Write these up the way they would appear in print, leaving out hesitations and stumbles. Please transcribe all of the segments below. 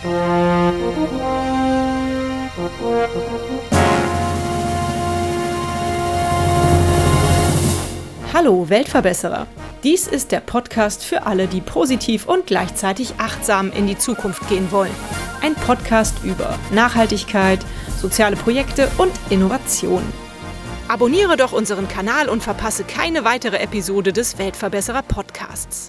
Hallo Weltverbesserer! Dies ist der Podcast für alle, die positiv und gleichzeitig achtsam in die Zukunft gehen wollen. Ein Podcast über Nachhaltigkeit, soziale Projekte und Innovation. Abonniere doch unseren Kanal und verpasse keine weitere Episode des Weltverbesserer Podcasts.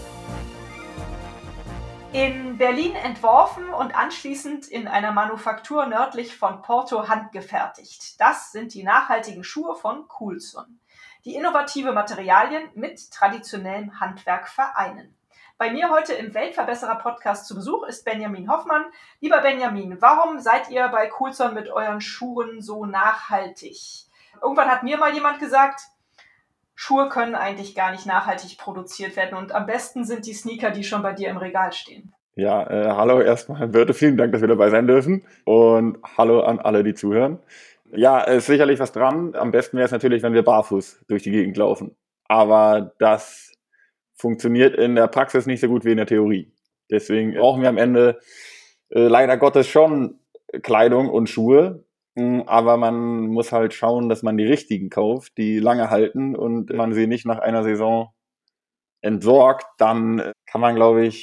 In Berlin entworfen und anschließend in einer Manufaktur nördlich von Porto handgefertigt. Das sind die nachhaltigen Schuhe von Coolson, die innovative Materialien mit traditionellem Handwerk vereinen. Bei mir heute im Weltverbesserer-Podcast zu Besuch ist Benjamin Hoffmann. Lieber Benjamin, warum seid ihr bei Coolson mit euren Schuhen so nachhaltig? Irgendwann hat mir mal jemand gesagt, Schuhe können eigentlich gar nicht nachhaltig produziert werden und am besten sind die Sneaker, die schon bei dir im Regal stehen. Ja, hallo erstmal, Birte, vielen Dank, dass wir dabei sein dürfen und hallo an alle, die zuhören. Ja, ist sicherlich was dran. Am besten wäre es natürlich, wenn wir barfuß durch die Gegend laufen. Aber das funktioniert in der Praxis nicht so gut wie in der Theorie. Deswegen brauchen wir am Ende leider Gottes schon Kleidung und Schuhe. Aber man muss halt schauen, dass man die richtigen kauft, die lange halten und man sie nicht nach einer Saison entsorgt. Dann kann man, glaube ich,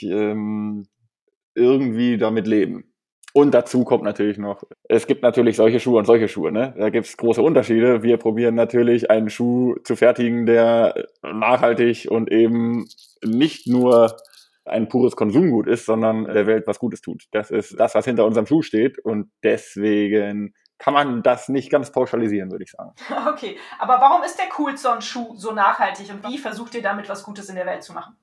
irgendwie damit leben. Und dazu kommt natürlich noch, es gibt natürlich solche Schuhe und solche Schuhe. Ne? Da gibt es große Unterschiede. Wir probieren natürlich einen Schuh zu fertigen, der nachhaltig und eben nicht nur ein pures Konsumgut ist, sondern der Welt was Gutes tut. Das ist das, was hinter unserem Schuh steht. Und deswegen kann man das nicht ganz pauschalisieren, würde ich sagen. Okay, aber warum ist der Coolson-Schuh so nachhaltig und wie versucht ihr damit was Gutes in der Welt zu machen?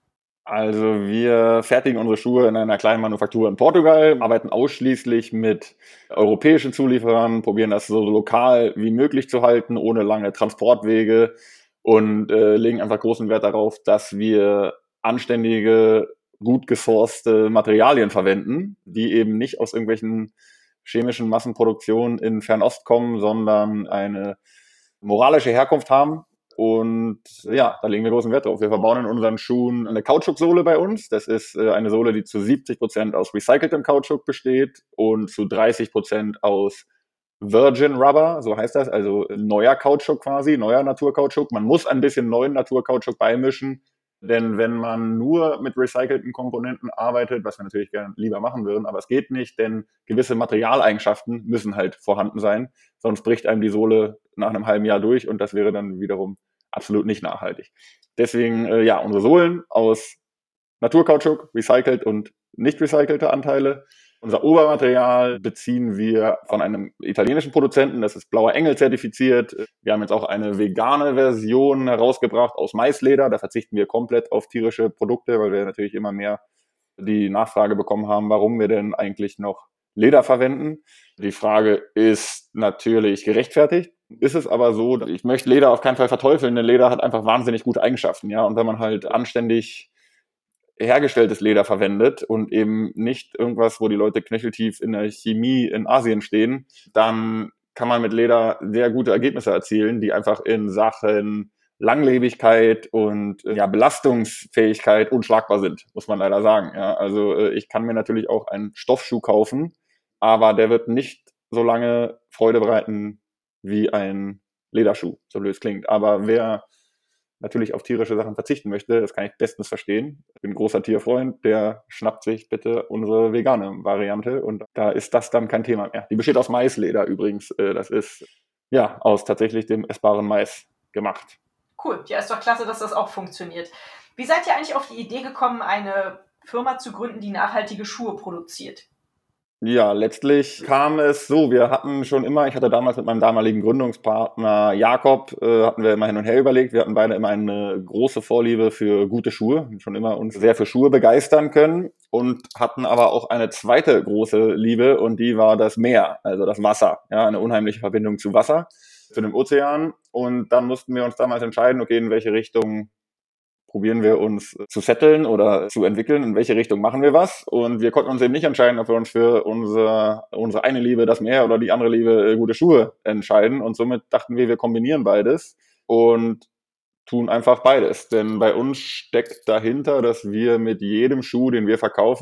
Also wir fertigen unsere Schuhe in einer kleinen Manufaktur in Portugal, arbeiten ausschließlich mit europäischen Zulieferern, probieren das so lokal wie möglich zu halten, ohne lange Transportwege und legen einfach großen Wert darauf, dass wir anständige, gut gesourcete Materialien verwenden, die eben nicht aus irgendwelchen chemischen Massenproduktionen in Fernost kommen, sondern eine moralische Herkunft haben. Und ja, da legen wir großen Wert drauf. Wir verbauen in unseren Schuhen eine Kautschuksohle bei uns. Das ist eine Sohle, die zu 70% aus recyceltem Kautschuk besteht und zu 30% aus Virgin Rubber, so heißt das, also neuer Kautschuk quasi, neuer Naturkautschuk. Man muss ein bisschen neuen Naturkautschuk beimischen, denn wenn man nur mit recycelten Komponenten arbeitet, was wir natürlich gerne lieber machen würden, aber es geht nicht, denn gewisse Materialeigenschaften müssen halt vorhanden sein, sonst bricht einem die Sohle nach einem halben Jahr durch und das wäre dann wiederum absolut nicht nachhaltig. Deswegen, ja, unsere Sohlen aus Naturkautschuk, recycelt und nicht recycelte Anteile. Unser Obermaterial beziehen wir von einem italienischen Produzenten, das ist Blauer Engel zertifiziert. Wir haben jetzt auch eine vegane Version herausgebracht aus Maisleder. Da verzichten wir komplett auf tierische Produkte, weil wir natürlich immer mehr die Nachfrage bekommen haben, warum wir denn eigentlich noch Leder verwenden. Die Frage ist natürlich gerechtfertigt. Ist es aber so, ich möchte Leder auf keinen Fall verteufeln, denn Leder hat einfach wahnsinnig gute Eigenschaften. Ja? Und wenn man halt anständig hergestelltes Leder verwendet und eben nicht irgendwas, wo die Leute knöcheltief in der Chemie in Asien stehen, dann kann man mit Leder sehr gute Ergebnisse erzielen, die einfach in Sachen Langlebigkeit und ja, Belastungsfähigkeit unschlagbar sind, muss man leider sagen. Ja, also ich kann mir natürlich auch einen Stoffschuh kaufen, aber der wird nicht so lange Freude bereiten wie ein Lederschuh, so blöd es klingt. Aber wer natürlich auf tierische Sachen verzichten möchte, das kann ich bestens verstehen. Ich bin ein großer Tierfreund, der schnappt sich bitte unsere vegane Variante und da ist das dann kein Thema mehr. Die besteht aus Maisleder übrigens. Das ist ja aus tatsächlich dem essbaren Mais gemacht. Cool, ja, ist doch klasse, dass das auch funktioniert. Wie seid ihr eigentlich auf die Idee gekommen, eine Firma zu gründen, die nachhaltige Schuhe produziert? Ja, letztlich kam es so, wir hatten schon immer, ich hatte damals mit meinem damaligen Gründungspartner Jakob, hatten wir immer hin und her überlegt, wir hatten beide immer eine große Vorliebe für gute Schuhe, schon immer uns sehr für Schuhe begeistern können und hatten aber auch eine zweite große Liebe und die war das Meer, also das Wasser, ja, eine unheimliche Verbindung zu Wasser, zu dem Ozean und dann mussten wir uns damals entscheiden, okay, in welche Richtung probieren wir uns zu setteln oder zu entwickeln, in welche Richtung machen wir was. Und wir konnten uns eben nicht entscheiden, ob wir uns für unsere eine Liebe, das Meer, oder die andere Liebe, gute Schuhe entscheiden. Und somit dachten wir kombinieren beides und tun einfach beides. Denn bei uns steckt dahinter, dass wir mit jedem Schuh, den wir verkaufen,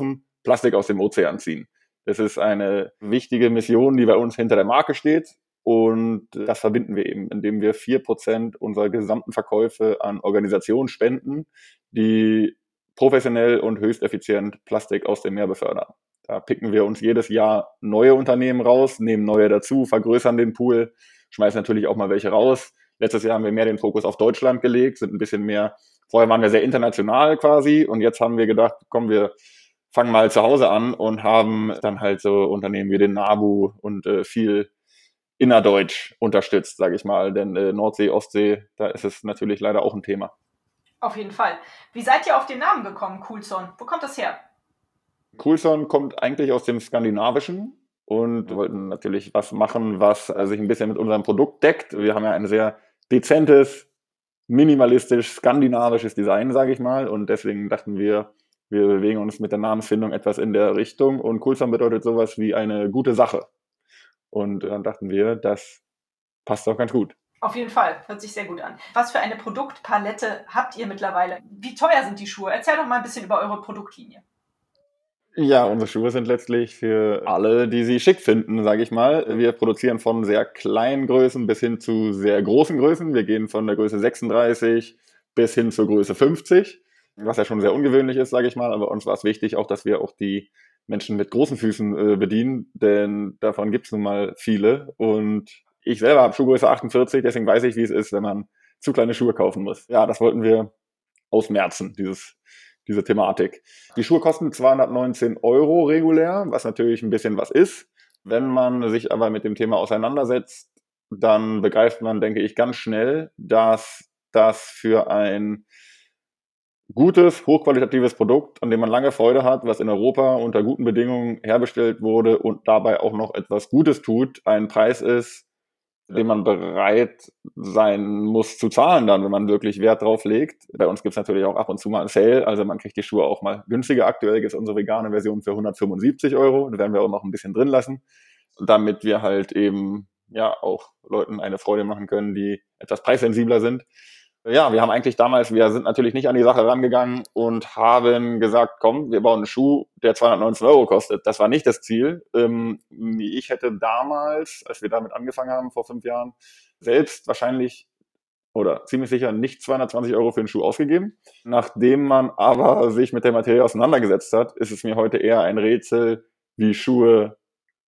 Plastik aus dem Ozean ziehen. Das ist eine wichtige Mission, die bei uns hinter der Marke steht. Und das verbinden wir eben, indem wir 4% unserer gesamten Verkäufe an Organisationen spenden, die professionell und höchst effizient Plastik aus dem Meer befördern. Da picken wir uns jedes Jahr neue Unternehmen raus, nehmen neue dazu, vergrößern den Pool, schmeißen natürlich auch mal welche raus. Letztes Jahr haben wir mehr den Fokus auf Deutschland gelegt, sind ein bisschen mehr, vorher waren wir sehr international quasi und jetzt haben wir gedacht, komm, wir fangen mal zu Hause an und haben dann halt so Unternehmen wie den NABU und viel innerdeutsch unterstützt, sage ich mal. Denn Nordsee, Ostsee, da ist es natürlich leider auch ein Thema. Auf jeden Fall. Wie seid ihr auf den Namen gekommen, Coulson? Wo kommt das her? Coulson kommt eigentlich aus dem Skandinavischen und wir wollten natürlich was machen, was sich ein bisschen mit unserem Produkt deckt. Wir haben ja ein sehr dezentes, minimalistisch skandinavisches Design, sage ich mal. Und deswegen dachten wir bewegen uns mit der Namensfindung etwas in der Richtung. Und Coulson bedeutet sowas wie eine gute Sache. Und dann dachten wir, das passt doch ganz gut. Auf jeden Fall, hört sich sehr gut an. Was für eine Produktpalette habt ihr mittlerweile? Wie teuer sind die Schuhe? Erzähl doch mal ein bisschen über eure Produktlinie. Ja, unsere Schuhe sind letztlich für alle, die sie schick finden, sage ich mal. Wir produzieren von sehr kleinen Größen bis hin zu sehr großen Größen. Wir gehen von der Größe 36 bis hin zur Größe 50, was ja schon sehr ungewöhnlich ist, sage ich mal. Aber uns war es wichtig auch, dass wir auch die Menschen mit großen Füßen bedienen, denn davon gibt es nun mal viele. Und ich selber habe Schuhgröße 48, deswegen weiß ich, wie es ist, wenn man zu kleine Schuhe kaufen muss. Ja, das wollten wir ausmerzen, diese Thematik. Die Schuhe kosten 219 € regulär, was natürlich ein bisschen was ist. Wenn man sich aber mit dem Thema auseinandersetzt, dann begreift man, denke ich, ganz schnell, dass das für ein gutes, hochqualitatives Produkt, an dem man lange Freude hat, was in Europa unter guten Bedingungen hergestellt wurde und dabei auch noch etwas Gutes tut, ein Preis ist, den man bereit sein muss zu zahlen dann, wenn man wirklich Wert drauf legt. Bei uns gibt's natürlich auch ab und zu mal einen Sale, also man kriegt die Schuhe auch mal günstiger. Aktuell gibt's unsere vegane Version für 175 €, da werden wir auch noch ein bisschen drin lassen, damit wir halt eben ja auch Leuten eine Freude machen können, die etwas preissensibler sind. Ja, wir haben eigentlich damals, wir sind natürlich nicht an die Sache rangegangen und haben gesagt, komm, wir bauen einen Schuh, der 219 € kostet. Das war nicht das Ziel. Ich hätte damals, als wir damit angefangen haben, vor 5 Jahren, selbst wahrscheinlich oder ziemlich sicher nicht 220 € für einen Schuh ausgegeben. Nachdem man aber sich mit der Materie auseinandergesetzt hat, ist es mir heute eher ein Rätsel, wie Schuhe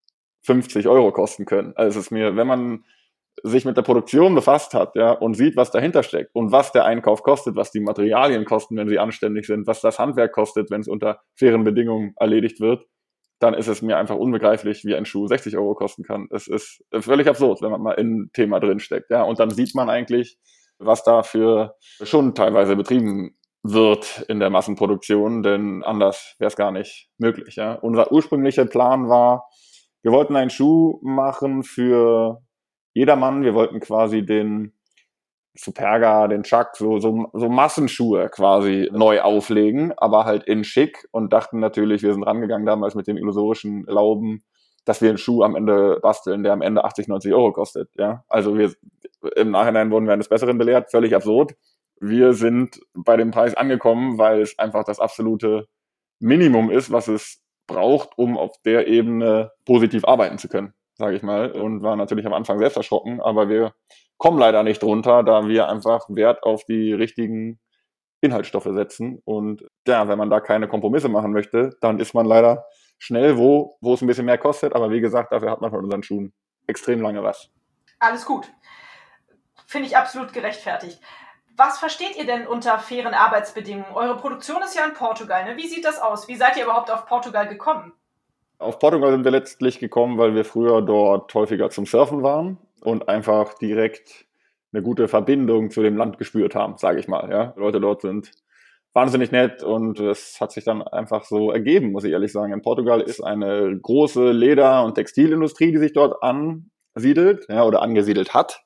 50 € kosten können. Also es ist mir, wenn man sich mit der Produktion befasst hat, ja, und sieht, was dahinter steckt und was der Einkauf kostet, was die Materialien kosten, wenn sie anständig sind, was das Handwerk kostet, wenn es unter fairen Bedingungen erledigt wird, dann ist es mir einfach unbegreiflich, wie ein Schuh 60 € kosten kann. Es ist völlig absurd, wenn man mal in ein Thema drin steckt, ja, und dann sieht man eigentlich, was dafür schon teilweise betrieben wird in der Massenproduktion, denn anders wäre es gar nicht möglich, ja. Unser ursprünglicher Plan war, wir wollten einen Schuh machen für jedermann. Wir wollten quasi den Superga, den Chuck, so Massenschuhe quasi neu auflegen, aber halt in schick und dachten natürlich, wir sind rangegangen damals mit dem illusorischen Glauben, dass wir einen Schuh am Ende basteln, der am Ende 80, 90 € kostet, ja. Also im Nachhinein wurden wir eines Besseren belehrt, völlig absurd. Wir sind bei dem Preis angekommen, weil es einfach das absolute Minimum ist, was es braucht, um auf der Ebene positiv arbeiten zu können, sage ich mal. Und war natürlich am Anfang selbst erschrocken, aber wir kommen leider nicht drunter, da wir einfach Wert auf die richtigen Inhaltsstoffe setzen. Und ja, wenn man da keine Kompromisse machen möchte, dann ist man leider schnell wo es ein bisschen mehr kostet. Aber wie gesagt, dafür hat man von unseren Schuhen extrem lange was. Alles gut. Finde ich absolut gerechtfertigt. Was versteht ihr denn unter fairen Arbeitsbedingungen? Eure Produktion ist ja in Portugal, ne? Wie sieht das aus? Wie seid ihr überhaupt auf Portugal gekommen? Auf Portugal sind wir letztlich gekommen, weil wir früher dort häufiger zum Surfen waren und einfach direkt eine gute Verbindung zu dem Land gespürt haben, sage ich mal. Ja, die Leute dort sind wahnsinnig nett und es hat sich dann einfach so ergeben, muss ich ehrlich sagen. In Portugal ist eine große Leder- und Textilindustrie, die sich dort ansiedelt, ja, oder angesiedelt hat.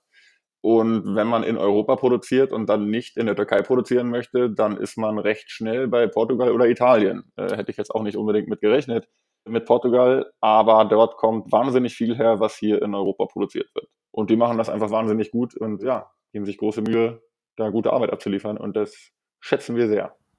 Und wenn man in Europa produziert und dann nicht in der Türkei produzieren möchte, dann ist man recht schnell bei Portugal oder Italien. Hätte ich jetzt auch nicht unbedingt mit gerechnet, mit Portugal, aber dort kommt wahnsinnig viel her, was hier in Europa produziert wird. Und die machen das einfach wahnsinnig gut und ja, geben sich große Mühe, da gute Arbeit abzuliefern und das schätzen wir sehr.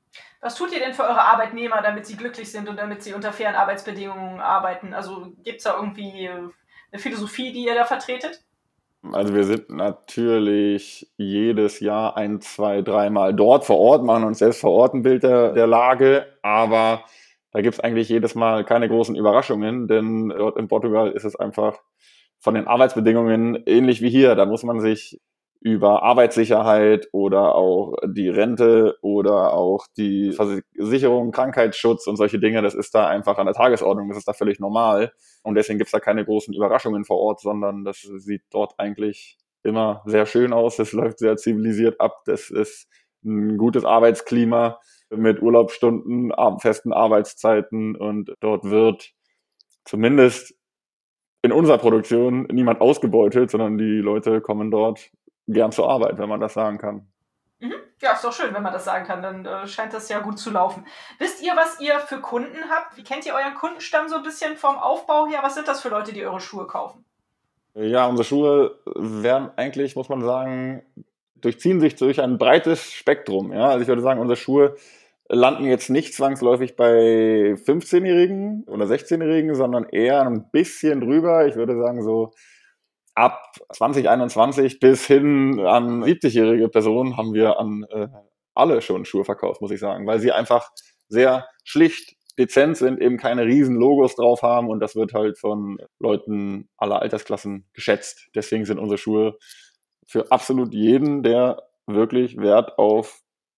Was tut ihr denn für eure Arbeitnehmer, damit sie glücklich sind und damit sie unter fairen Arbeitsbedingungen arbeiten? Also gibt es da irgendwie eine Philosophie, die ihr da vertretet? Also wir sind natürlich jedes Jahr ein, zwei, dreimal dort vor Ort, machen uns selbst vor Ort ein Bild der Lage, aber da gibt's eigentlich jedes Mal keine großen Überraschungen, denn dort in Portugal ist es einfach von den Arbeitsbedingungen ähnlich wie hier. Da muss man sich über Arbeitssicherheit oder auch die Rente oder auch die Versicherung, Krankheitsschutz und solche Dinge, das ist da einfach an der Tagesordnung, das ist da völlig normal. Und deswegen gibt's da keine großen Überraschungen vor Ort, sondern das sieht dort eigentlich immer sehr schön aus. Das läuft sehr zivilisiert ab. Das ist ein gutes Arbeitsklima mit Urlaubsstunden, festen Arbeitszeiten und dort wird zumindest in unserer Produktion niemand ausgebeutet, sondern die Leute kommen dort gern zur Arbeit, wenn man das sagen kann. Mhm. Ja, ist doch schön, wenn man das sagen kann. Dann scheint das ja gut zu laufen. Wisst ihr, was ihr für Kunden habt? Wie kennt ihr euren Kundenstamm so ein bisschen vom Aufbau her? Was sind das für Leute, die eure Schuhe kaufen? Ja, unsere Schuhe werden eigentlich, muss man sagen, durchziehen sich durch ein breites Spektrum. Ja, also ich würde sagen, unsere Schuhe landen jetzt nicht zwangsläufig bei 15-Jährigen oder 16-Jährigen, sondern eher ein bisschen drüber. Ich würde sagen, so ab 2021 bis hin an 70-jährige Personen haben wir an alle schon Schuhe verkauft, muss ich sagen, weil sie einfach sehr schlicht, dezent sind, eben keine riesen Logos drauf haben und das wird halt von Leuten aller Altersklassen geschätzt. Deswegen sind unsere Schuhe für absolut jeden, der wirklich Wert auf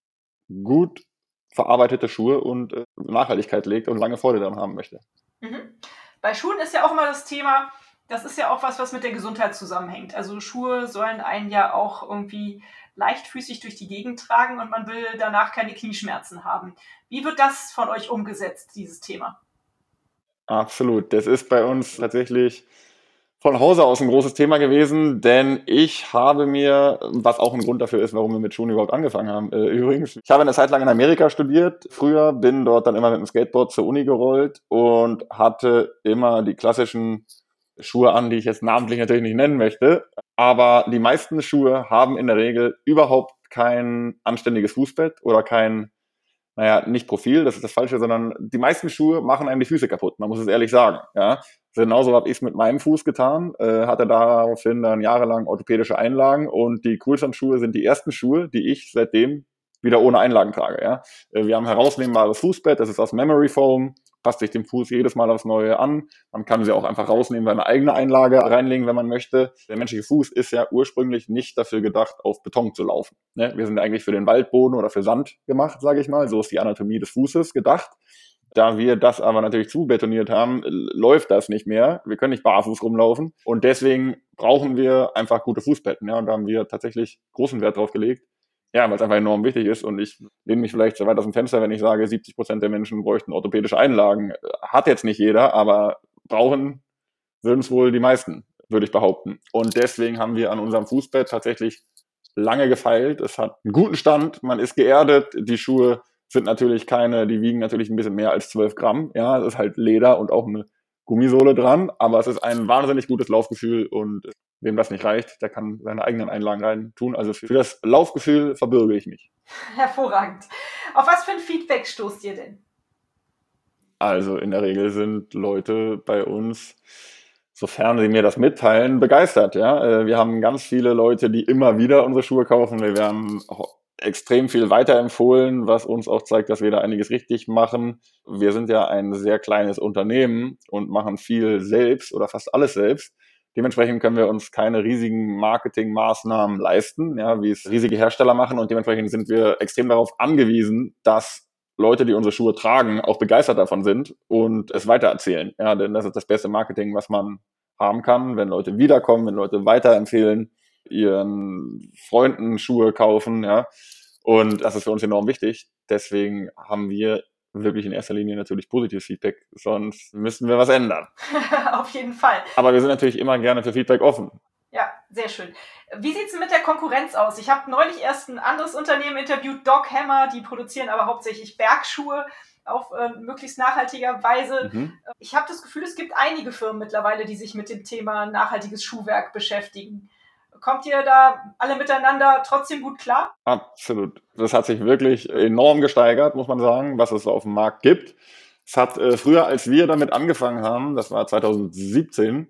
gut verarbeitete Schuhe und Nachhaltigkeit legt und lange Freude daran haben möchte. Mhm. Bei Schuhen ist ja auch immer das Thema, das ist ja auch was mit der Gesundheit zusammenhängt. Also Schuhe sollen einen ja auch irgendwie leichtfüßig durch die Gegend tragen und man will danach keine Knieschmerzen haben. Wie wird das von euch umgesetzt, dieses Thema? Absolut. Das ist bei uns tatsächlich von Hause aus ein großes Thema gewesen, denn ich habe mir, was auch ein Grund dafür ist, warum wir mit Schuhen überhaupt angefangen haben, übrigens, ich habe eine Zeit lang in Amerika studiert, früher, bin dort dann immer mit dem Skateboard zur Uni gerollt und hatte immer die klassischen Schuhe an, die ich jetzt namentlich natürlich nicht nennen möchte, aber die meisten Schuhe haben in der Regel überhaupt kein anständiges Fußbett oder kein nicht Profil, das ist das Falsche, sondern die meisten Schuhe machen einem die Füße kaputt, man muss es ehrlich sagen. Ja. Genauso habe ich es mit meinem Fuß getan, hatte daraufhin dann jahrelang orthopädische Einlagen und die Coolsand-Schuhe sind die ersten Schuhe, die ich seitdem wieder ohne Einlagen trage. Ja. Wir haben herausnehmbares Fußbett, das ist aus Memory Foam, passt sich dem Fuß jedes Mal aufs Neue an. Man kann sie auch einfach rausnehmen, eine eigene Einlage reinlegen, wenn man möchte. Der menschliche Fuß ist ja ursprünglich nicht dafür gedacht, auf Beton zu laufen. Ne? Wir sind eigentlich für den Waldboden oder für Sand gemacht, sage ich mal. So ist die Anatomie des Fußes gedacht. Da wir das aber natürlich zubetoniert haben, läuft das nicht mehr. Wir können nicht barfuß rumlaufen. Und deswegen brauchen wir einfach gute Fußbetten. Ja? Und da haben wir tatsächlich großen Wert drauf gelegt. Ja, weil es einfach enorm wichtig ist. Und ich lehne mich vielleicht so weit aus dem Fenster, wenn ich sage, 70% der Menschen bräuchten orthopädische Einlagen. Hat jetzt nicht jeder, aber brauchen würden es wohl die meisten, würde ich behaupten. Und deswegen haben wir an unserem Fußbett tatsächlich lange gefeilt. Es hat einen guten Stand, man ist geerdet, die Schuhe sind natürlich keine, die wiegen natürlich ein bisschen mehr als 12 Gramm. Ja, es ist halt Leder und auch eine Gummisohle dran, aber es ist ein wahnsinnig gutes Laufgefühl und wem das nicht reicht, der kann seine eigenen Einlagen rein tun. Also für das Laufgefühl verbürge ich mich. Hervorragend. Auf was für ein Feedback stoßt ihr denn? Also in der Regel sind Leute bei uns, sofern sie mir das mitteilen, begeistert. Ja, wir haben ganz viele Leute, die immer wieder unsere Schuhe kaufen. Wir werden auch extrem viel weiterempfohlen, was uns auch zeigt, dass wir da einiges richtig machen. Wir sind ja ein sehr kleines Unternehmen und machen viel selbst oder fast alles selbst. Dementsprechend können wir uns keine riesigen Marketingmaßnahmen leisten, ja, wie es riesige Hersteller machen. Und dementsprechend sind wir extrem darauf angewiesen, dass Leute, die unsere Schuhe tragen, auch begeistert davon sind und es weitererzählen. Ja, denn das ist das beste Marketing, was man haben kann, wenn Leute wiederkommen, wenn Leute weiterempfehlen, ihren Freunden Schuhe kaufen, ja. Und das ist für uns enorm wichtig. Deswegen haben wir wirklich in erster Linie natürlich positives Feedback, sonst müssten wir was ändern. Auf jeden Fall. Aber wir sind natürlich immer gerne für Feedback offen. Ja, sehr schön. Wie sieht es mit der Konkurrenz aus? Ich habe neulich erst ein anderes Unternehmen interviewt, Dog Hammer, die produzieren aber hauptsächlich Bergschuhe auf möglichst nachhaltiger Weise. Ich habe das Gefühl, es gibt einige Firmen mittlerweile, die sich mit dem Thema nachhaltiges Schuhwerk beschäftigen. Kommt ihr da alle miteinander trotzdem gut klar? Absolut. Das hat sich wirklich enorm gesteigert, muss man sagen, was es auf dem Markt gibt. Es hat früher, als wir damit angefangen haben, das war 2017,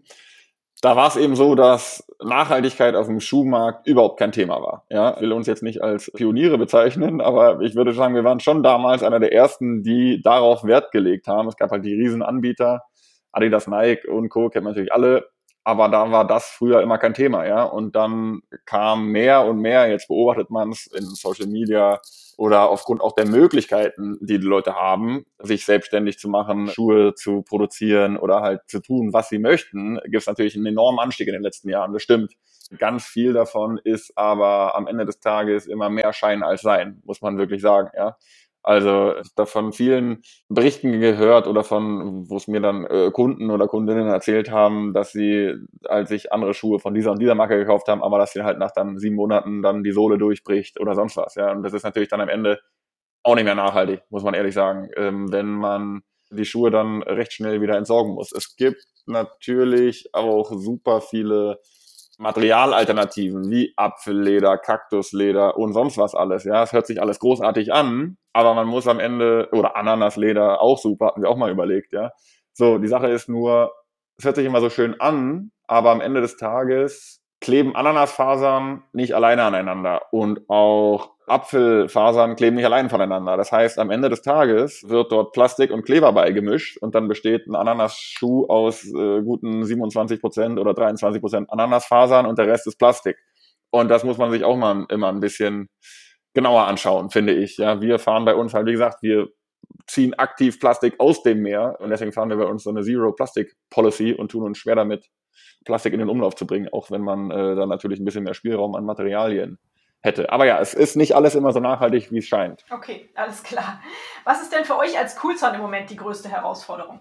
da war es eben so, dass Nachhaltigkeit auf dem Schuhmarkt überhaupt kein Thema war. Ja, ich will uns jetzt nicht als Pioniere bezeichnen, aber ich würde sagen, wir waren schon damals einer der ersten, die darauf Wert gelegt haben. Es gab halt die Riesenanbieter, Adidas, Nike und Co. kennt man natürlich alle. Aber da war das früher immer kein Thema, ja. Und dann kam mehr und mehr, jetzt beobachtet man es in Social Media oder aufgrund auch der Möglichkeiten, die die Leute haben, sich selbstständig zu machen, Schuhe zu produzieren oder halt zu tun, was sie möchten, gibt es natürlich einen enormen Anstieg in den letzten Jahren. Das stimmt. Ganz viel davon ist aber am Ende des Tages immer mehr Schein als Sein, muss man wirklich sagen, ja. Also davon vielen Berichten gehört oder von, wo es mir dann Kunden oder Kundinnen erzählt haben, dass sie, als sich andere Schuhe von dieser und dieser Marke gekauft haben, aber dass sie halt nach dann 7 Monaten dann die Sohle durchbricht oder sonst was. Ja, und das ist natürlich dann am Ende auch nicht mehr nachhaltig, muss man ehrlich sagen, wenn man die Schuhe dann recht schnell wieder entsorgen muss. Es gibt natürlich auch super viele Materialalternativen wie Apfelleder, Kaktusleder und sonst was alles. Ja, es hört sich alles großartig an, aber man muss am Ende, oder Ananasleder auch super, hatten wir auch mal überlegt, ja. So, die Sache ist nur, es hört sich immer so schön an, aber am Ende des Tages kleben Ananasfasern nicht alleine aneinander und auch Apfelfasern kleben nicht allein voneinander. Das heißt, am Ende des Tages wird dort Plastik und Kleber beigemischt und dann besteht ein Ananasschuh aus guten 27% oder 23% Ananasfasern und der Rest ist Plastik. Und das muss man sich auch mal immer ein bisschen genauer anschauen, finde ich. Ja, wir fahren bei uns halt, wie gesagt, wir ziehen aktiv Plastik aus dem Meer und deswegen fahren wir bei uns so eine Zero-Plastic-Policy und tun uns schwer damit, Plastik in den Umlauf zu bringen, auch wenn man dann natürlich ein bisschen mehr Spielraum an Materialien hätte. Aber ja, es ist nicht alles immer so nachhaltig, wie es scheint. Okay, alles klar. Was ist denn für euch als Coolzone im Moment die größte Herausforderung?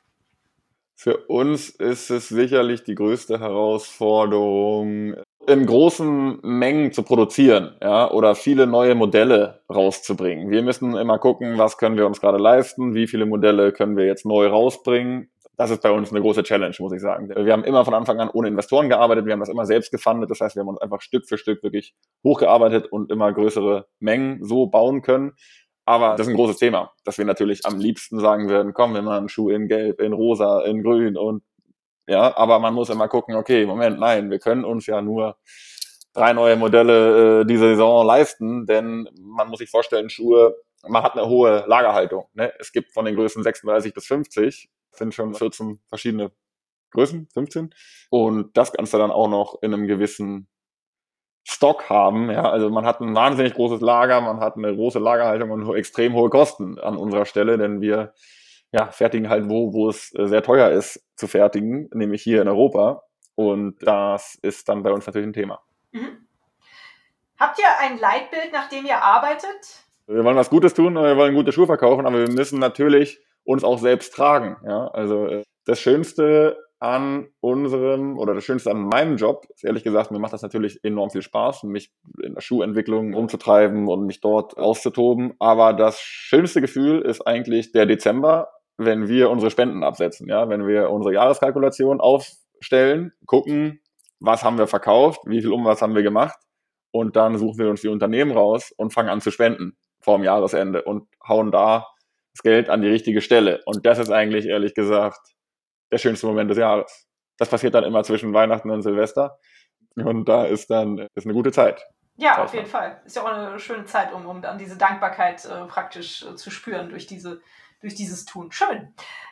Für uns ist es sicherlich die größte Herausforderung, in großen Mengen zu produzieren, ja, oder viele neue Modelle rauszubringen. Wir müssen immer gucken, was können wir uns gerade leisten, wie viele Modelle können wir jetzt neu rausbringen. Das ist bei uns eine große Challenge, muss ich sagen. Wir haben immer von Anfang an ohne Investoren gearbeitet, wir haben das immer selbst gefundet, das heißt, wir haben uns einfach Stück für Stück wirklich hochgearbeitet und immer größere Mengen so bauen können. Aber das ist ein großes Thema, dass wir natürlich am liebsten sagen würden, komm, wir machen einen Schuh in Gelb, in Rosa, in Grün und ja, aber man muss immer gucken, okay, Moment, nein, wir können uns ja nur 3 neue Modelle diese Saison leisten, denn man muss sich vorstellen, Schuhe, man hat eine hohe Lagerhaltung. Ne? Es gibt von den Größen 36 bis 50, sind schon 14 verschiedene Größen, 15. Und das Ganze dann auch noch in einem gewissen Stock haben. Ja, also man hat ein wahnsinnig großes Lager, man hat eine große Lagerhaltung und extrem hohe Kosten an unserer Stelle, denn wir fertigen halt wo es sehr teuer ist zu fertigen, nämlich hier in Europa. Und das ist dann bei uns natürlich ein Thema. Mhm. Habt ihr ein Leitbild, nach dem ihr arbeitet? Wir wollen was Gutes tun, wir wollen gute Schuhe verkaufen, aber wir müssen natürlich uns auch selbst tragen. Ja? Also das Schönste an unserem oder das Schönste an meinem Job ist ehrlich gesagt, mir macht das natürlich enorm viel Spaß, mich in der Schuhentwicklung umzutreiben und mich dort auszutoben. Aber das schönste Gefühl ist eigentlich der Dezember, wenn wir unsere Spenden absetzen, ja, wenn wir unsere Jahreskalkulation aufstellen, gucken, was haben wir verkauft, wie viel Umsatz haben wir gemacht und dann suchen wir uns die Unternehmen raus und fangen an zu spenden vor dem Jahresende und hauen da das Geld an die richtige Stelle. Und das ist eigentlich, ehrlich gesagt, der schönste Moment des Jahres. Das passiert dann immer zwischen Weihnachten und Silvester. Und da ist eine gute Zeit. Ja, auf jeden Fall. Ist ja auch eine schöne Zeit, um dann diese Dankbarkeit praktisch zu spüren durch dieses Tun. Schön.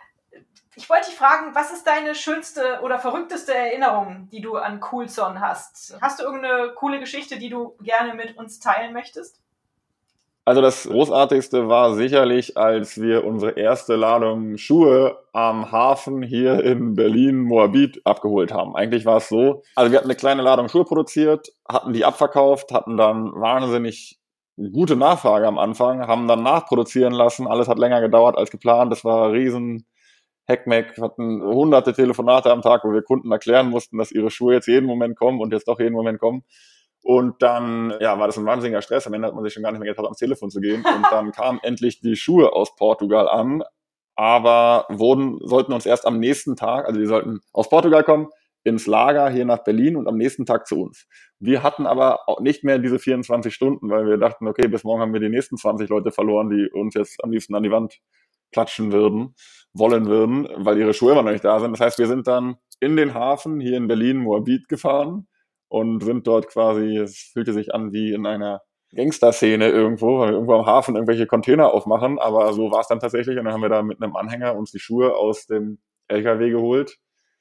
Ich wollte dich fragen, was ist deine schönste oder verrückteste Erinnerung, die du an Coolzone hast? Hast du irgendeine coole Geschichte, die du gerne mit uns teilen möchtest? Also das Großartigste war sicherlich, als wir unsere erste Ladung Schuhe am Hafen hier in Berlin-Moabit abgeholt haben. Eigentlich war es so, also wir hatten eine kleine Ladung Schuhe produziert, hatten die abverkauft, hatten dann wahnsinnig gute Nachfrage am Anfang, haben dann nachproduzieren lassen. Alles hat länger gedauert als geplant. Das war riesen Heckmeck, hatten hunderte Telefonate am Tag, wo wir Kunden erklären mussten, dass ihre Schuhe jetzt jeden Moment kommen und jetzt doch jeden Moment kommen. Und dann war das ein wahnsinniger Stress. Am Ende hat man sich schon gar nicht mehr getraut, ans Telefon zu gehen. Und dann kamen endlich die Schuhe aus Portugal an, aber sollten uns erst am nächsten Tag, also die sollten aus Portugal kommen, ins Lager hier nach Berlin und am nächsten Tag zu uns. Wir hatten aber auch nicht mehr diese 24 Stunden, weil wir dachten, okay, bis morgen haben wir die nächsten 20 Leute verloren, die uns jetzt am liebsten an die Wand klatschen wollen würden, weil ihre Schuhe immer noch nicht da sind. Das heißt, wir sind dann in den Hafen hier in Berlin, Moabit gefahren und sind dort quasi, es fühlte sich an wie in einer Gangster-Szene irgendwo, weil wir irgendwo am Hafen irgendwelche Container aufmachen, aber so war es dann tatsächlich und dann haben wir da mit einem Anhänger uns die Schuhe aus dem LKW geholt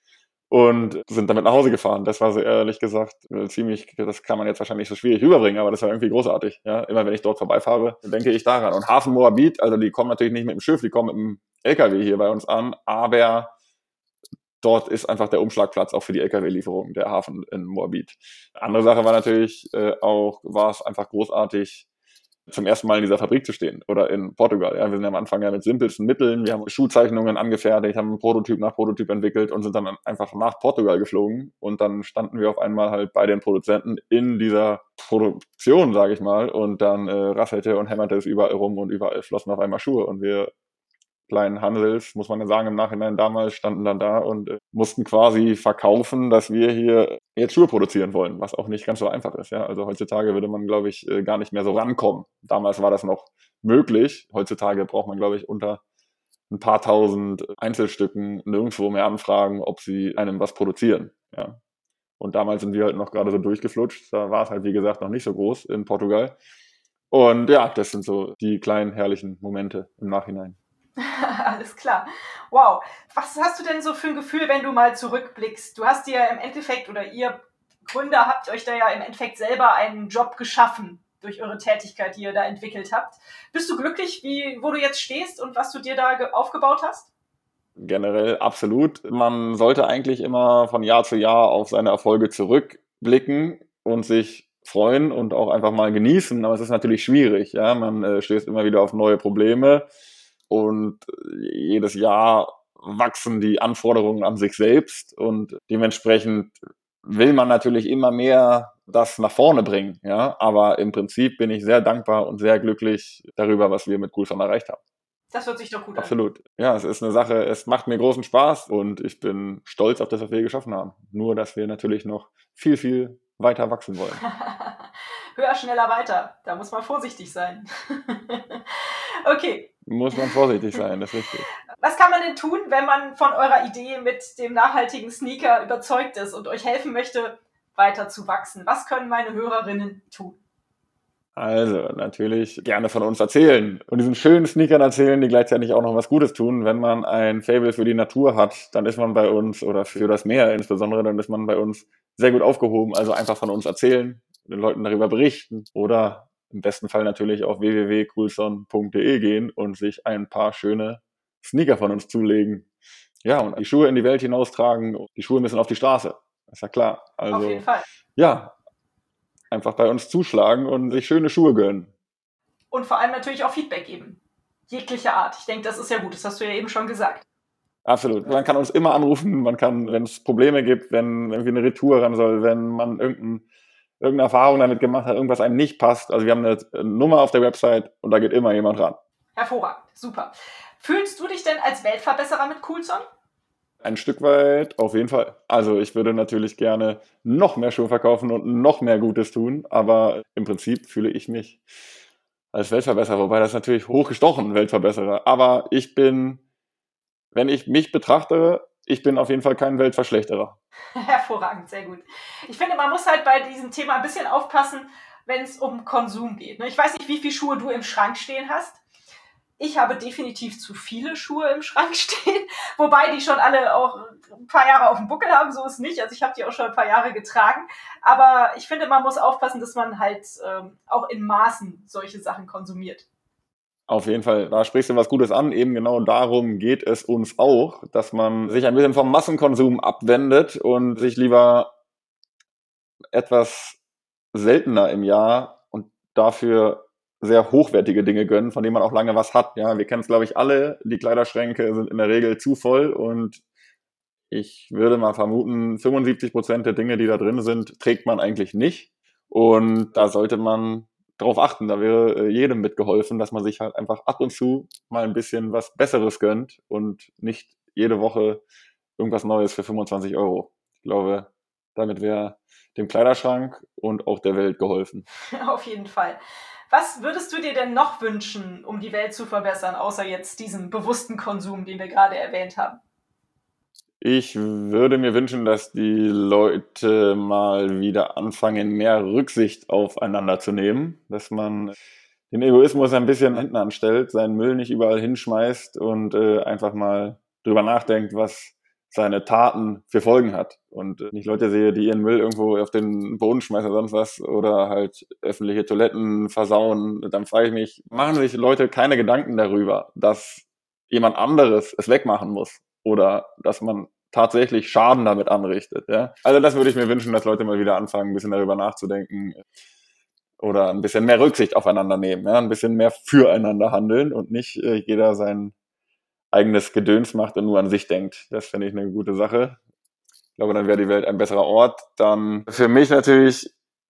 und sind damit nach Hause gefahren. Das war so ehrlich gesagt ziemlich, das kann man jetzt wahrscheinlich so schwierig rüberbringen, aber das war irgendwie großartig. Ja, immer wenn ich dort vorbeifahre, denke ich daran. Und Hafen Moabit, also die kommen natürlich nicht mit dem Schiff, die kommen mit dem LKW hier bei uns an, aber dort ist einfach der Umschlagplatz auch für die LKW-Lieferung, der Hafen in Moabit. Andere Sache war natürlich war es einfach großartig, zum ersten Mal in dieser Fabrik zu stehen oder in Portugal. Ja, wir sind am Anfang ja mit simpelsten Mitteln, wir haben Schuhzeichnungen angefertigt, haben Prototyp nach Prototyp entwickelt und sind dann einfach nach Portugal geflogen und dann standen wir auf einmal halt bei den Produzenten in dieser Produktion, sage ich mal, und dann rasselte und hämmerte es überall rum und überall flossen auf einmal Schuhe und wir kleinen Hansels, muss man ja sagen, im Nachhinein damals standen dann da und mussten quasi verkaufen, dass wir hier jetzt Schuhe produzieren wollen, was auch nicht ganz so einfach ist. Ja? Also heutzutage würde man, glaube ich, gar nicht mehr so rankommen. Damals war das noch möglich. Heutzutage braucht man, glaube ich, unter ein paar tausend Einzelstücken nirgendwo mehr anfragen, ob sie einem was produzieren. Ja? Und damals sind wir halt noch gerade so durchgeflutscht. Da war es halt, wie gesagt, noch nicht so groß in Portugal. Und ja, das sind so die kleinen herrlichen Momente im Nachhinein. Alles klar. Wow. Was hast du denn so für ein Gefühl, wenn du mal zurückblickst? Du hast dir im Endeffekt, oder ihr Gründer habt euch da ja im Endeffekt selber einen Job geschaffen durch eure Tätigkeit, die ihr da entwickelt habt. Bist du glücklich, wo du jetzt stehst und was du dir da aufgebaut hast? Generell absolut. Man sollte eigentlich immer von Jahr zu Jahr auf seine Erfolge zurückblicken und sich freuen und auch einfach mal genießen. Aber es ist natürlich schwierig. Ja? Man stößt immer wieder auf neue Probleme und jedes Jahr wachsen die Anforderungen an sich selbst und dementsprechend will man natürlich immer mehr das nach vorne bringen. Ja? Aber im Prinzip bin ich sehr dankbar und sehr glücklich darüber, was wir mit Coolson erreicht haben. Das hört sich doch gut an. Absolut. Ja, es ist eine Sache, es macht mir großen Spaß und ich bin stolz auf das, was wir geschaffen haben. Nur, dass wir natürlich noch viel, viel weiter wachsen wollen. Höher, schneller, weiter. Da muss man vorsichtig sein. Okay. Muss man vorsichtig sein, das ist richtig. Was kann man denn tun, wenn man von eurer Idee mit dem nachhaltigen Sneaker überzeugt ist und euch helfen möchte, weiter zu wachsen? Was können meine Hörerinnen tun? Also, natürlich gerne von uns erzählen und diesen schönen Sneakern erzählen, die gleichzeitig auch noch was Gutes tun. Wenn man ein Faible für die Natur hat, dann ist man bei uns, oder für das Meer insbesondere, dann ist man bei uns sehr gut aufgehoben. Also einfach von uns erzählen, den Leuten darüber berichten oder im besten Fall natürlich auf www.coolson.de gehen und sich ein paar schöne Sneaker von uns zulegen. Ja, und die Schuhe in die Welt hinaustragen. Die Schuhe müssen auf die Straße. Ist ja klar. Also, auf jeden Fall. Ja, einfach bei uns zuschlagen und sich schöne Schuhe gönnen. Und vor allem natürlich auch Feedback geben. Jeglicher Art. Ich denke, das ist ja gut. Das hast du ja eben schon gesagt. Absolut. Man kann uns immer anrufen. Man kann, wenn es Probleme gibt, wenn irgendwie eine Retour ran soll, wenn man irgendeine Erfahrung damit gemacht hat, irgendwas einem nicht passt. Also wir haben eine Nummer auf der Website und da geht immer jemand ran. Hervorragend. Super. Fühlst du dich denn als Weltverbesserer mit Coolson? Ein Stück weit, auf jeden Fall. Also ich würde natürlich gerne noch mehr Schuhe verkaufen und noch mehr Gutes tun, aber im Prinzip fühle ich mich als Weltverbesserer, wobei das natürlich hochgestochen Weltverbesserer. Aber ich bin, wenn ich mich betrachte, ich bin auf jeden Fall kein Weltverschlechterer. Hervorragend, sehr gut. Ich finde, man muss halt bei diesem Thema ein bisschen aufpassen, wenn es um Konsum geht. Ich weiß nicht, wie viele Schuhe du im Schrank stehen hast. Ich habe definitiv zu viele Schuhe im Schrank stehen, wobei die schon alle auch ein paar Jahre auf dem Buckel haben, so ist es nicht. Also ich habe die auch schon ein paar Jahre getragen. Aber ich finde, man muss aufpassen, dass man halt auch in Maßen solche Sachen konsumiert. Auf jeden Fall, da sprichst du was Gutes an. Eben genau darum geht es uns auch, dass man sich ein bisschen vom Massenkonsum abwendet und sich lieber etwas seltener im Jahr und dafür sehr hochwertige Dinge gönnen, von denen man auch lange was hat. Ja, wir kennen es, glaube ich, alle. Die Kleiderschränke sind in der Regel zu voll und ich würde mal vermuten, 75% der Dinge, die da drin sind, trägt man eigentlich nicht. Und da sollte man drauf achten. Da wäre jedem mitgeholfen, dass man sich halt einfach ab und zu mal ein bisschen was Besseres gönnt und nicht jede Woche irgendwas Neues für 25 Euro. Ich glaube, damit wäre dem Kleiderschrank und auch der Welt geholfen. Auf jeden Fall. Was würdest du dir denn noch wünschen, um die Welt zu verbessern, außer jetzt diesem bewussten Konsum, den wir gerade erwähnt haben? Ich würde mir wünschen, dass die Leute mal wieder anfangen, mehr Rücksicht aufeinander zu nehmen, dass man den Egoismus ein bisschen hinten anstellt, seinen Müll nicht überall hinschmeißt und einfach mal drüber nachdenkt, was seine Taten für Folgen hat. Und nicht Leute sehe, die ihren Müll irgendwo auf den Boden schmeißen oder sonst was oder halt öffentliche Toiletten versauen. Dann frage ich mich, machen sich Leute keine Gedanken darüber, dass jemand anderes es wegmachen muss oder dass man tatsächlich Schaden damit anrichtet. Ja? Also das würde ich mir wünschen, dass Leute mal wieder anfangen, ein bisschen darüber nachzudenken oder ein bisschen mehr Rücksicht aufeinander nehmen, ja? Ein bisschen mehr füreinander handeln und nicht jeder sein eigenes Gedöns macht und nur an sich denkt. Das finde ich eine gute Sache. Ich glaube, dann wäre die Welt ein besserer Ort. Dann für mich natürlich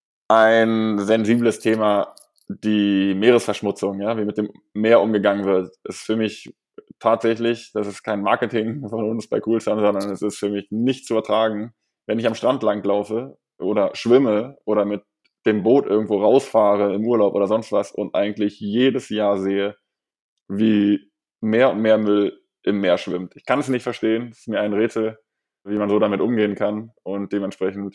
ein sensibles Thema, die Meeresverschmutzung, ja, wie mit dem Meer umgegangen wird, ist für mich tatsächlich, das ist kein Marketing von uns bei Coolsun, sondern es ist für mich nicht zu ertragen, wenn ich am Strand langlaufe oder schwimme oder mit dem Boot irgendwo rausfahre im Urlaub oder sonst was und eigentlich jedes Jahr sehe, wie mehr und mehr Müll im Meer schwimmt. Ich kann es nicht verstehen, es ist mir ein Rätsel, wie man so damit umgehen kann und dementsprechend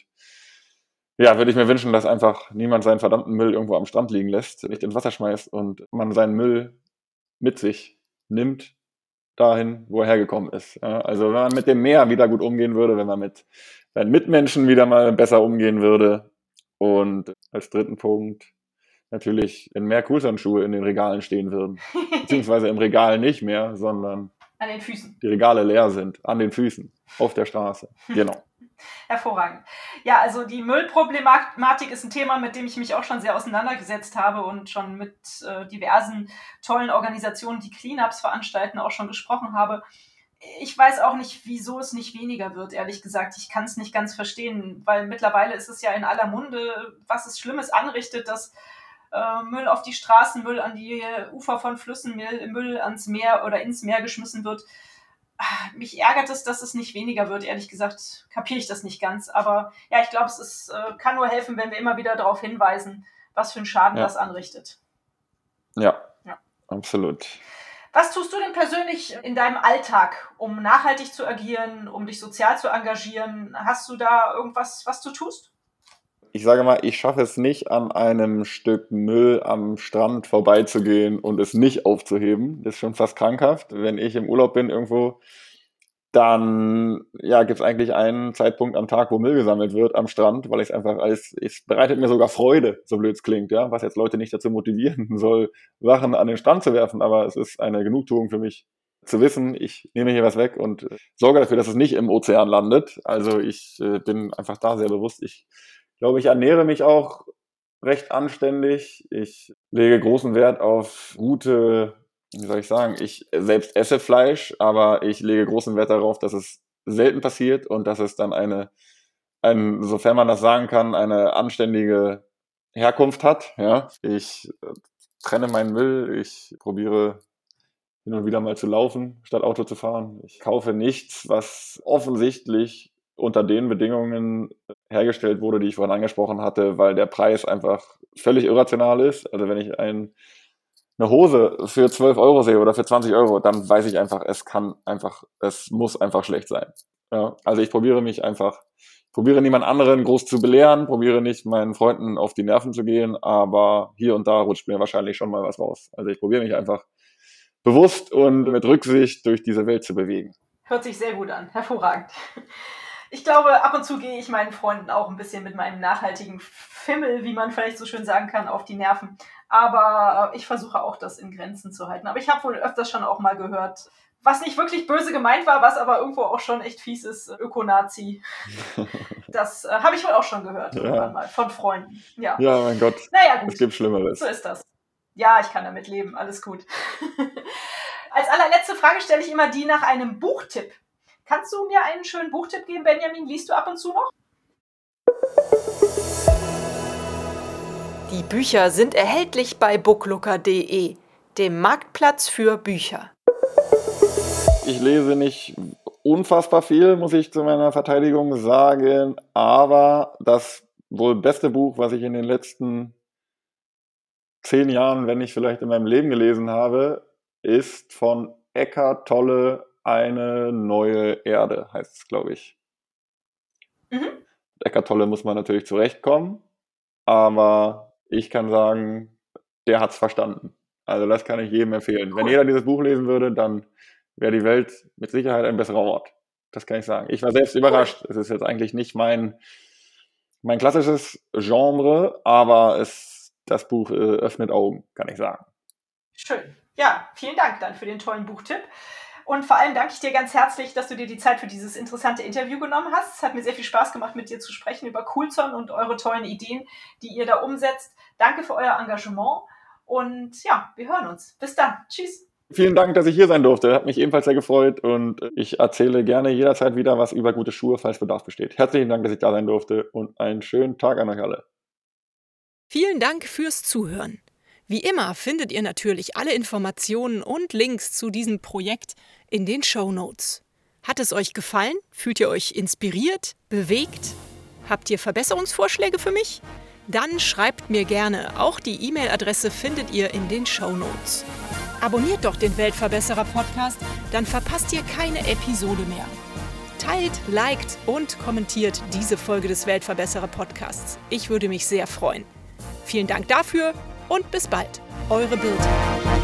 ja, würde ich mir wünschen, dass einfach niemand seinen verdammten Müll irgendwo am Strand liegen lässt, nicht ins Wasser schmeißt und man seinen Müll mit sich nimmt, dahin, wo er hergekommen ist. Ja, also wenn man mit dem Meer wieder gut umgehen würde, wenn man mit seinen Mitmenschen wieder mal besser umgehen würde. Und als dritten Punkt natürlich in mehr Coolsun-Schuhe in den Regalen stehen würden. Beziehungsweise im Regal nicht mehr, sondern An den Füßen. die Regale leer sind, an den Füßen, auf der Straße. Genau. Hervorragend. Ja, also die Müllproblematik ist ein Thema, mit dem ich mich auch schon sehr auseinandergesetzt habe und schon mit diversen tollen Organisationen, die Cleanups veranstalten, auch schon gesprochen habe. Ich weiß auch nicht, wieso es nicht weniger wird, ehrlich gesagt. Ich kann es nicht ganz verstehen, weil mittlerweile ist es ja in aller Munde, was es Schlimmes anrichtet, dass Müll auf die Straßen, Müll an die Ufer von Flüssen, Müll ans Meer oder ins Meer geschmissen wird. Mich ärgert es, dass es nicht weniger wird. Ehrlich gesagt kapiere ich das nicht ganz. Aber ja, ich glaube, kann nur helfen, wenn wir immer wieder darauf hinweisen, was für einen Schaden das anrichtet. Ja, absolut. Was tust du denn persönlich in deinem Alltag, um nachhaltig zu agieren, um dich sozial zu engagieren? Hast du da irgendwas, was du tust? Ich sage mal, ich schaffe es nicht, an einem Stück Müll am Strand vorbeizugehen und es nicht aufzuheben. Das ist schon fast krankhaft. Wenn ich im Urlaub bin irgendwo, dann ja, gibt es eigentlich einen Zeitpunkt am Tag, wo Müll gesammelt wird am Strand, weil ich es einfach es bereitet mir sogar Freude, so blöd es klingt, ja, was jetzt Leute nicht dazu motivieren soll, Sachen an den Strand zu werfen, aber es ist eine Genugtuung für mich zu wissen, ich nehme hier was weg und sorge dafür, dass es nicht im Ozean landet. Also ich bin einfach da sehr bewusst. Ich glaube, ich ernähre mich auch recht anständig. Ich lege großen Wert auf gute, wie soll ich sagen, ich selbst esse Fleisch, aber ich lege großen Wert darauf, dass es selten passiert und dass es dann sofern man das sagen kann, eine anständige Herkunft hat. Ja, ich trenne meinen Müll, ich probiere hin und wieder mal zu laufen, statt Auto zu fahren. Ich kaufe nichts, was offensichtlich unter den Bedingungen hergestellt wurde, die ich vorhin angesprochen hatte, weil der Preis einfach völlig irrational ist. Also wenn ich eine Hose für 12 Euro sehe oder für 20 Euro, dann weiß ich einfach, es muss einfach schlecht sein. Ja, also ich probiere niemand anderen groß zu belehren, probiere nicht meinen Freunden auf die Nerven zu gehen, aber hier und da rutscht mir wahrscheinlich schon mal was raus. Also ich probiere mich einfach bewusst und mit Rücksicht durch diese Welt zu bewegen. Hört sich sehr gut an. Hervorragend. Ich glaube, ab und zu gehe ich meinen Freunden auch ein bisschen mit meinem nachhaltigen Fimmel, wie man vielleicht so schön sagen kann, auf die Nerven. Aber ich versuche auch, das in Grenzen zu halten. Aber ich habe wohl öfters schon auch mal gehört, was nicht wirklich böse gemeint war, was aber irgendwo auch schon echt fies ist, Ökonazi. Das habe ich wohl auch schon gehört, irgendwann mal, von Freunden. Ja, mein Gott. Naja, gut. Es gibt Schlimmeres. So ist das. Ja, ich kann damit leben, alles gut. Als allerletzte Frage stelle ich immer die nach einem Buchtipp. Kannst du mir einen schönen Buchtipp geben, Benjamin? Liest du ab und zu noch? Die Bücher sind erhältlich bei booklooker.de, dem Marktplatz für Bücher. Ich lese nicht unfassbar viel, muss ich zu meiner Verteidigung sagen, aber das wohl beste Buch, was ich in den letzten 10 Jahren, wenn nicht vielleicht in meinem Leben gelesen habe, ist von Eckhart Tolle Eine neue Erde, heißt es, glaube ich. Mhm. Eckhart Tolle muss man natürlich zurechtkommen, aber ich kann sagen, der hat's verstanden. Also das kann ich jedem empfehlen. Wenn Cool. jeder dieses Buch lesen würde, dann wäre die Welt mit Sicherheit ein besserer Ort. Das kann ich sagen. Ich war selbst überrascht. Es ist jetzt eigentlich nicht mein klassisches Genre, aber das Buch öffnet Augen, kann ich sagen. Schön. Ja, vielen Dank dann für den tollen Buchtipp. Und vor allem danke ich dir ganz herzlich, dass du dir die Zeit für dieses interessante Interview genommen hast. Es hat mir sehr viel Spaß gemacht, mit dir zu sprechen über Coolzone und eure tollen Ideen, die ihr da umsetzt. Danke für euer Engagement und ja, wir hören uns. Bis dann. Tschüss. Vielen Dank, dass ich hier sein durfte. Hat mich ebenfalls sehr gefreut und ich erzähle gerne jederzeit wieder was über gute Schuhe, falls Bedarf besteht. Herzlichen Dank, dass ich da sein durfte und einen schönen Tag an euch alle. Vielen Dank fürs Zuhören. Wie immer findet ihr natürlich alle Informationen und Links zu diesem Projekt in den Shownotes. Hat es euch gefallen? Fühlt ihr euch inspiriert, bewegt? Habt ihr Verbesserungsvorschläge für mich? Dann schreibt mir gerne. Auch die E-Mail-Adresse findet ihr in den Shownotes. Abonniert doch den Weltverbesserer-Podcast, dann verpasst ihr keine Episode mehr. Teilt, liked und kommentiert diese Folge des Weltverbesserer-Podcasts. Ich würde mich sehr freuen. Vielen Dank dafür und bis bald. Eure Birte.